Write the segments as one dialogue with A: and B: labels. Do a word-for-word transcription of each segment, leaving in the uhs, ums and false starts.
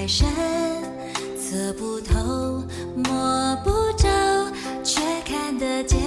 A: 太深，测不透，摸不着，却看得见。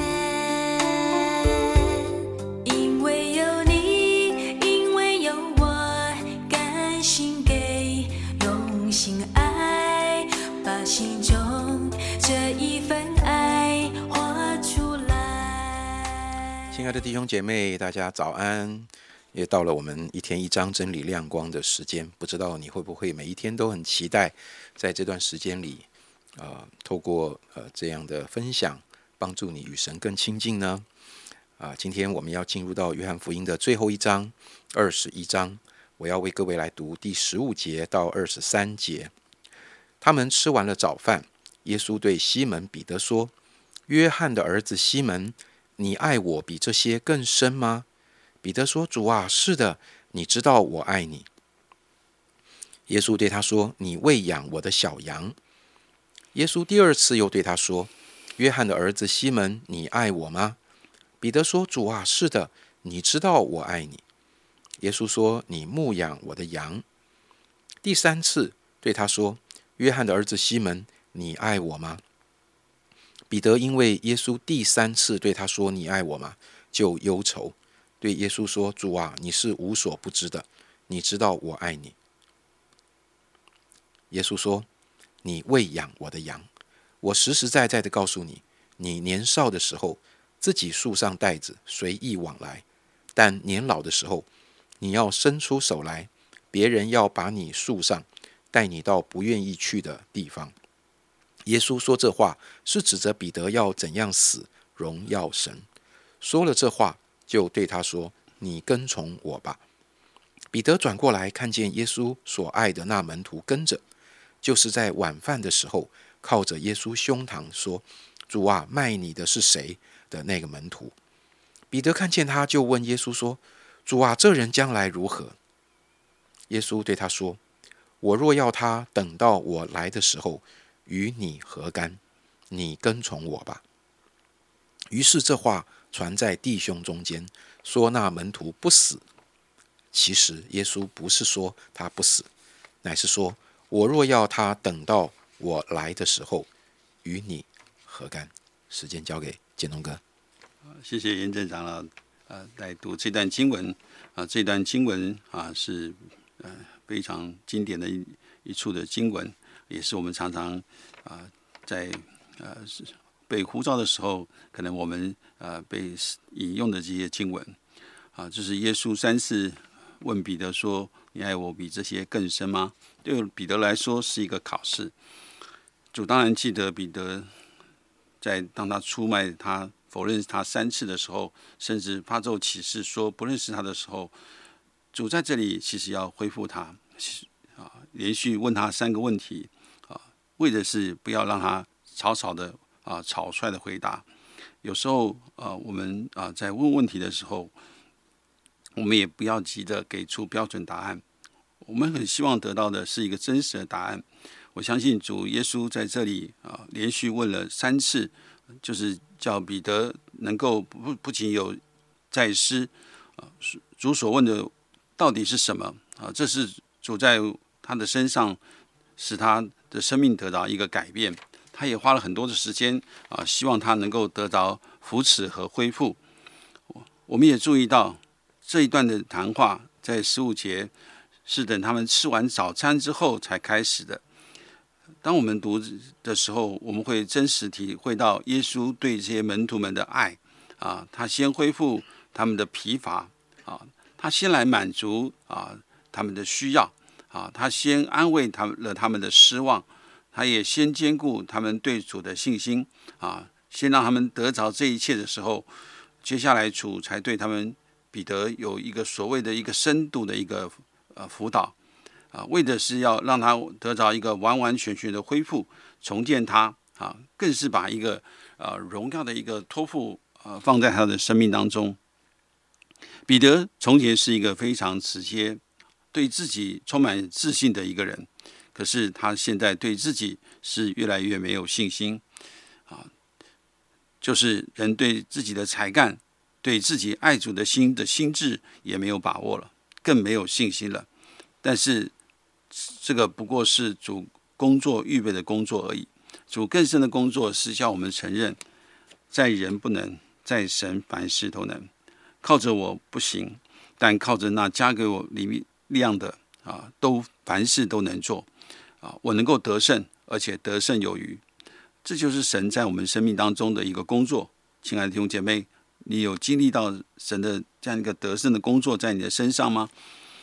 A: 因为有你，因为有我，甘心给，用心爱，把心中这一份爱活出来。
B: 亲爱的弟兄姐妹，大家早安！也到了我们一天一章真理亮光的时间，不知道你会不会每一天都很期待，在这段时间里，呃，透过呃这样的分享，帮助你与神更亲近呢？啊、呃，今天我们要进入到约翰福音的最后一章，二十一章，我要为各位来读第十五节到二十三节。他们吃完了早饭，耶稣对西门彼得说：“约翰的儿子西门，你爱我比这些更深吗？”彼得说：“主啊，是的，你知道我爱你。”耶稣对他说：“你喂养我的小羊。”耶稣第二次又对他说：“约翰的儿子西门，你爱我吗？”彼得说：“主啊，是的，你知道我爱你。”耶稣说：“你牧养我的羊。”第三次对他说：“约翰的儿子西门，你爱我吗？”彼得因为耶稣第三次对他说：“你爱我吗？”就忧愁。对耶稣说：“主啊，你是无所不知的，你知道我爱你。”耶稣说：“你喂养我的羊。我实实在在的告诉你，你年少的时候，自己束上带子，随意往来；但年老的时候，你要伸出手来，别人要把你束上，带你到不愿意去的地方。”耶稣说这话，是指着彼得要怎样死，荣耀神。说了这话，就对他说：“你跟从我吧。”彼得转过来，看见耶稣所爱的那门徒跟着，就是在晚饭的时候靠着耶稣胸膛说：“主啊，卖你的是谁？”的那个门徒。彼得看见他，就问耶稣说：“主啊，这人将来如何？”耶稣对他说：“我若要他等到我来的时候，与你何干？你跟从我吧。”于是这话传在弟兄中间，说那门徒不死。其实耶稣不是说他不死，乃是说：“我若要他等到我来的时候，与你何干？”时间交给建东哥。
C: 谢谢严正长老呃来读这段经文啊，这段经文啊是呃非常经典的一一处的经文，也是我们常常啊在呃被呼召的时候，可能我们呃被引用的这些经文啊，就是耶稣三次问彼得说：“你爱我比这些更深吗？”对彼得来说是一个考试。主当然记得彼得在当他出卖他、否认他三次的时候，甚至发咒起誓说不认识他的时候，主在这里其实要恢复他啊，连续问他三个问题啊，为的是不要让他草草的啊草率的回答。有时候啊，我们啊在问问题的时候，我们也不要急着给出标准答案，我们很希望得到的是一个真实的答案。我相信主耶稣在这里啊，连续问了三次，就是叫彼得能够不不仅有在思啊，主所问的到底是什么啊？这是主在他的身上使他的生命得到一个改变。他也花了很多的时间啊，希望他能够得着扶持和恢复。我们也注意到这一段的谈话在十五节是等他们吃完早餐之后才开始的。当我们读的时候，我们会真实体会到耶稣对这些门徒们的爱啊，他先恢复他们的疲乏啊，他先来满足啊他们的需要啊，他先安慰他们了他们的失望，他也先兼顾他们对主的信心啊，先让他们得着这一切的时候，接下来主才对他们彼得有一个所谓的一个深度的一个呃辅导啊，为的是要让他得着一个完完全全的恢复，重建他啊，更是把一个呃荣耀的一个托付呃放在他的生命当中。彼得从前是一个非常直接、对自己充满自信的一个人，可是他现在对自己是越来越没有信心啊，就是人对自己的才干、对自己爱主的心的心智也没有把握了，更没有信心了。但是这个不过是主工作预备的工作而已。主更深的工作是叫我们承认，在人不能，在神凡事都能。靠着我不行，但靠着那加给我力量的啊，都凡事都能做啊，我能够得胜，而且得胜有余。这就是神在我们生命当中的一个工作。亲爱的弟兄姐妹，你有经历到神的这样一个得胜的工作在你的身上吗？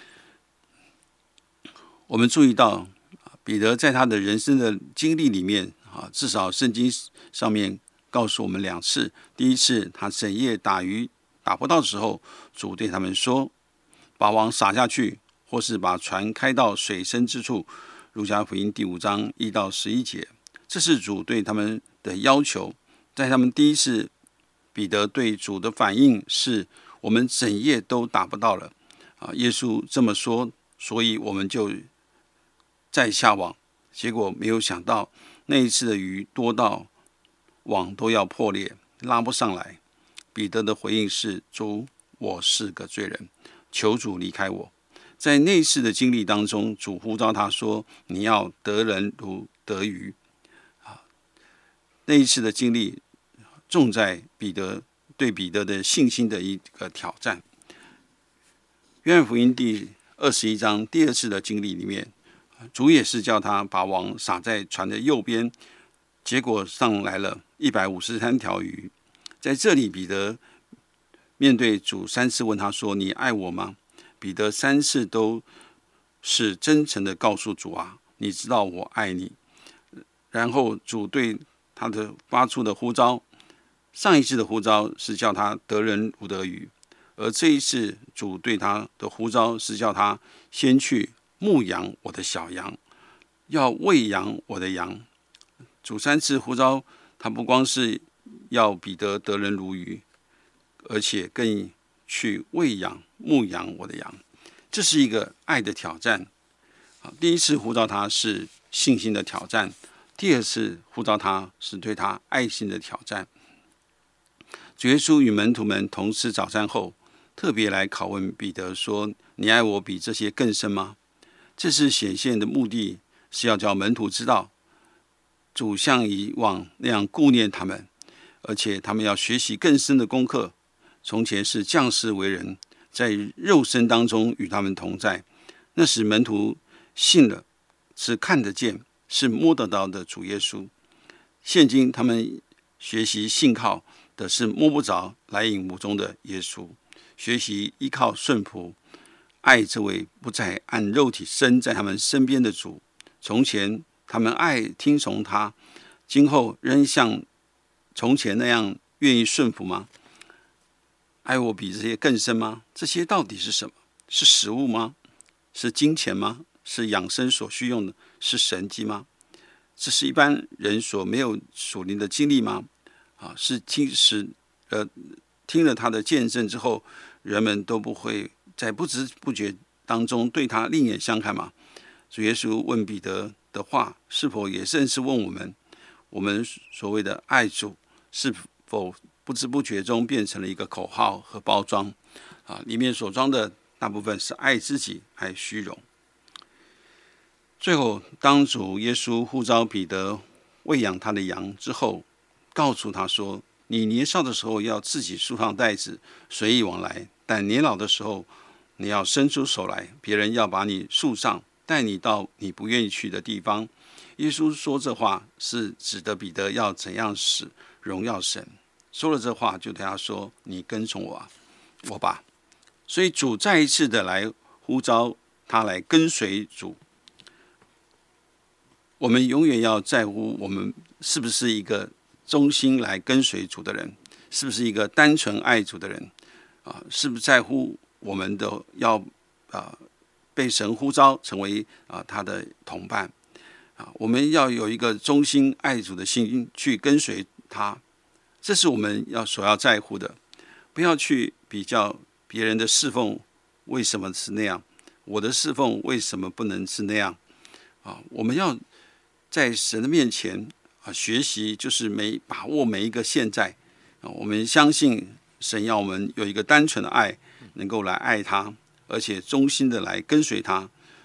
C: 我们注意到彼得在他的人生的经历里面啊，至少圣经上面告诉我们两次。第一次，他整夜打鱼打不到的时候，主对他们说：“把网撒下去，或是把船开到水深之处。”路加福音第五章一到十一节，这是主对他们的要求。在他们第一次，彼得对主的反应是：“我们整夜都打不到了。”啊，耶稣这么说，所以我们就再下网。结果没有想到，那一次的鱼多到网都要破裂，拉不上来。彼得的回应是：“主，我是个罪人，求主离开我。”在那一次的经历当中，主呼召他说：“你要得人如得鱼。”啊，那一次的经历重在彼得对彼得的信心的一个挑战。约翰福音第二十一章第二次的经历里面，主也是叫他把网撒在船的右边，结果上来了一百五十三条鱼。在这里，彼得面对主三次问他说：“你爱我吗？”彼得三次都是真诚的告诉主啊，你知道我爱你。然后主对他的发出的呼召，上一次的呼召是叫他得人如得鱼，而这一次主对他的呼召是叫他先去牧养我的小羊，要喂养我的羊。主三次呼召他，不光是要彼得得人如鱼，而且更去喂养牧养我的羊。这是一个爱的挑战。第一次呼召他是信心的挑战，第二次呼召他是对他爱心的挑战。主耶稣与门徒们同吃早餐后，特别来拷问彼得说：“你爱我比这些更深吗？”这次显现的目的是要叫门徒知道，主像以往那样顾念他们，而且他们要学习更深的功课。从前是降世为人，在肉身当中与他们同在，那使门徒信了，是看得见，是摸得到的主耶稣。现今他们学习信靠的是摸不着来影无踪的耶稣，学习依靠顺服，爱这位不再按肉体生在他们身边的主。从前他们爱听从他，今后仍像从前那样愿意顺服吗？爱我比这些更深吗？这些到底是什么？是食物吗？是金钱吗？是养生所需用的？是神迹吗？这是一般人所没有属灵的经历吗？啊，是听是呃听了他的见证之后，人们都不会在不知不觉当中对他另眼相看吗？主耶稣问彼得的话，是否也正是问我们？我们所谓的爱主，是否不知不觉中变成了一个口号和包装？啊，里面所装的大部分是爱自己、爱虚荣。最后，当主耶稣呼召彼得喂养他的羊之后，告诉他说：“你年少的时候要自己束上带子，随意往来；但年老的时候，你要伸出手来，别人要把你束上，带你到你不愿意去的地方。”耶稣说这话是指的彼得要怎样使荣耀神。说了这话，就对他说：“你跟从我啊，我吧。”所以主再一次的来呼召他来跟随主。我们永远要在乎我们是不是一个忠心来跟随主的人，是不是一个单纯爱主的人啊？是不是在乎我们的要啊被神呼召成为啊他的同伴啊？我们要有一个忠心爱主的心去跟随他。这是我们要所要在乎的，不要去比较别人的侍奉为什么是那样，我的侍奉为什么不能是那样啊？我们要在神的面前啊学习，就是每把握每一个现在啊。我们相信神要我们有一个单纯的爱，能够来爱他，而且忠心的来跟随他。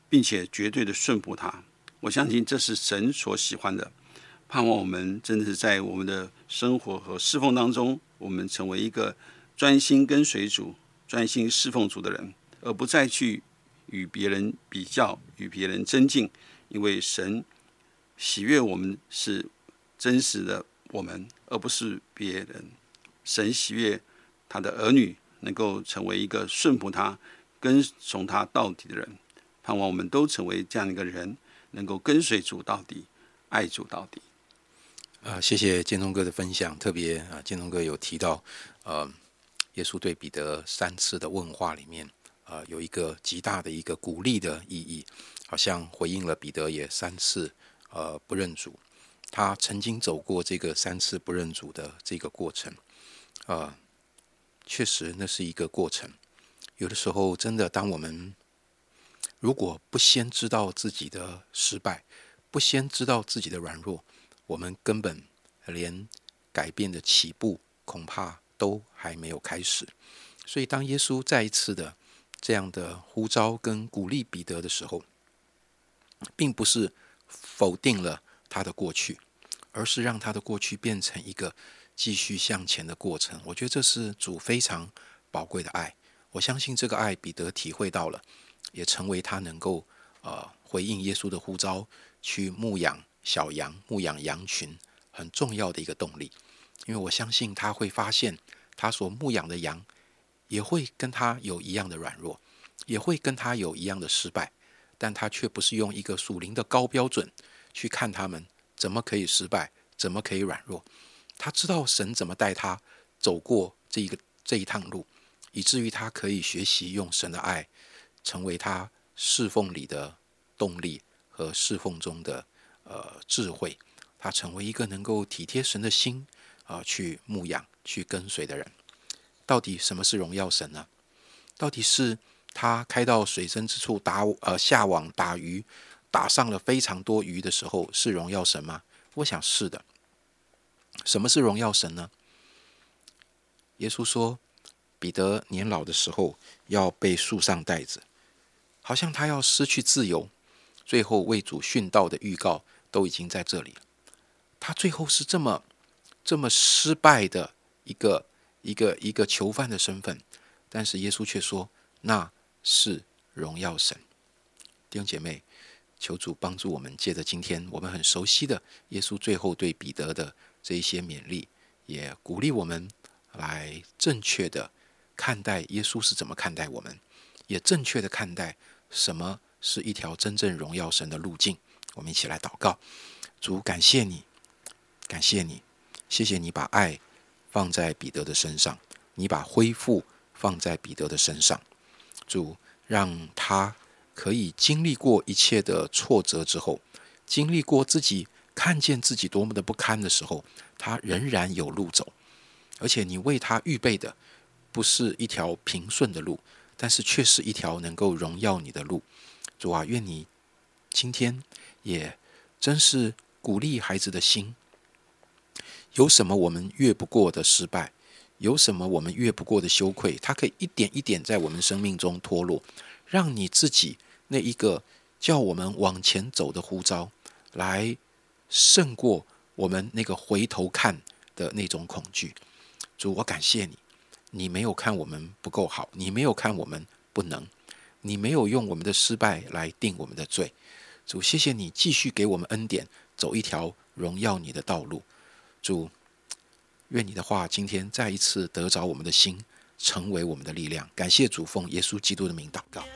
C: 并且绝对的顺服他。我相信这是神所喜欢的，盼望我们真的是在我们的生活和侍奉当中，我们成为一个专心跟随主、专心侍奉主的人，而不再去与别人比较、与别人争竞。因为神喜悦我们是真实的我们，而不是别人。神喜悦他的儿女能够成为一个顺服他、跟从他到底的人。盼望我们都成为这样一个人，能够跟随主到底，爱主到底。
B: 呃，谢谢建中哥的分享，特别啊，建中哥有提到，呃，耶稣对彼得三次的问话里面，呃，有一个极大的一个鼓励的意义，好像回应了彼得也三次呃不认主，他曾经走过这个三次不认主的这个过程，呃，确实那是一个过程。有的时候真的，当我们如果不先知道自己的失败，不先知道自己的软弱，我们根本连改变的起步恐怕都还没有开始。所以当耶稣再一次的这样的呼召跟鼓励彼得的时候，并不是否定了他的过去，而是让他的过去变成一个继续向前的过程。我觉得这是主非常宝贵的爱，我相信这个爱彼得体会到了，也成为他能够呃回应耶稣的呼召，去牧养小羊、牧养羊群很重要的一个动力。因为我相信他会发现，他所牧养的羊也会跟他有一样的软弱，也会跟他有一样的失败，但他却不是用一个属灵的高标准去看他们怎么可以失败，怎么可以软弱。他知道神怎么带他走过这一个这一趟路，以至于他可以学习用神的爱成为他侍奉里的动力和侍奉中的呃智慧。他成为一个能够体贴神的心啊、呃，去牧养、去跟随的人。到底什么是荣耀神呢？到底是他开到水深之处打呃下网打鱼，打上了非常多鱼的时候是荣耀神吗？我想是的。什么是荣耀神呢？耶稣说，彼得年老的时候要被束上带子，好像他要失去自由，最后为主殉道的预告都已经在这里了。他最后是这么这么失败的一个一个一个囚犯的身份，但是耶稣却说那是荣耀神。弟兄姐妹，求主帮助我们，借着今天我们很熟悉的耶稣最后对彼得的这一些勉励，也鼓励我们来正确的看待耶稣是怎么看待我们，也正确的看待什么是一条真正荣耀神的路径。我们一起来祷告。主，感谢你，感谢你，谢谢你把爱放在彼得的身上，你把恢复放在彼得的身上。主，让他可以经历过一切的挫折之后，经历过自己看见自己多么的不堪的时候，他仍然有路走。而且你为他预备的不是一条平顺的路，但是却是一条能够荣耀你的路。主啊，愿你今天也真是鼓励孩子的心，有什么我们越不过的失败，有什么我们越不过的羞愧，它可以一点一点在我们生命中脱落，让你自己那一个叫我们往前走的呼召来胜过我们那个回头看的那种恐惧。主，我感谢你，你没有看我们不够好，你没有看我们不能，你没有用我们的失败来定我们的罪。主，谢谢你继续给我们恩典，走一条荣耀你的道路。主，愿你的话今天再一次得着我们的心，成为我们的力量。感谢主，奉耶稣基督的名祷告。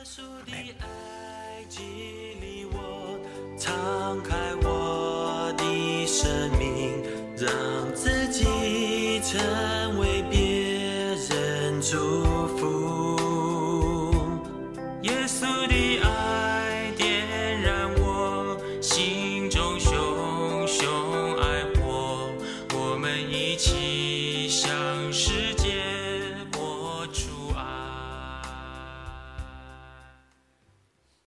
D: 敞开我的生命。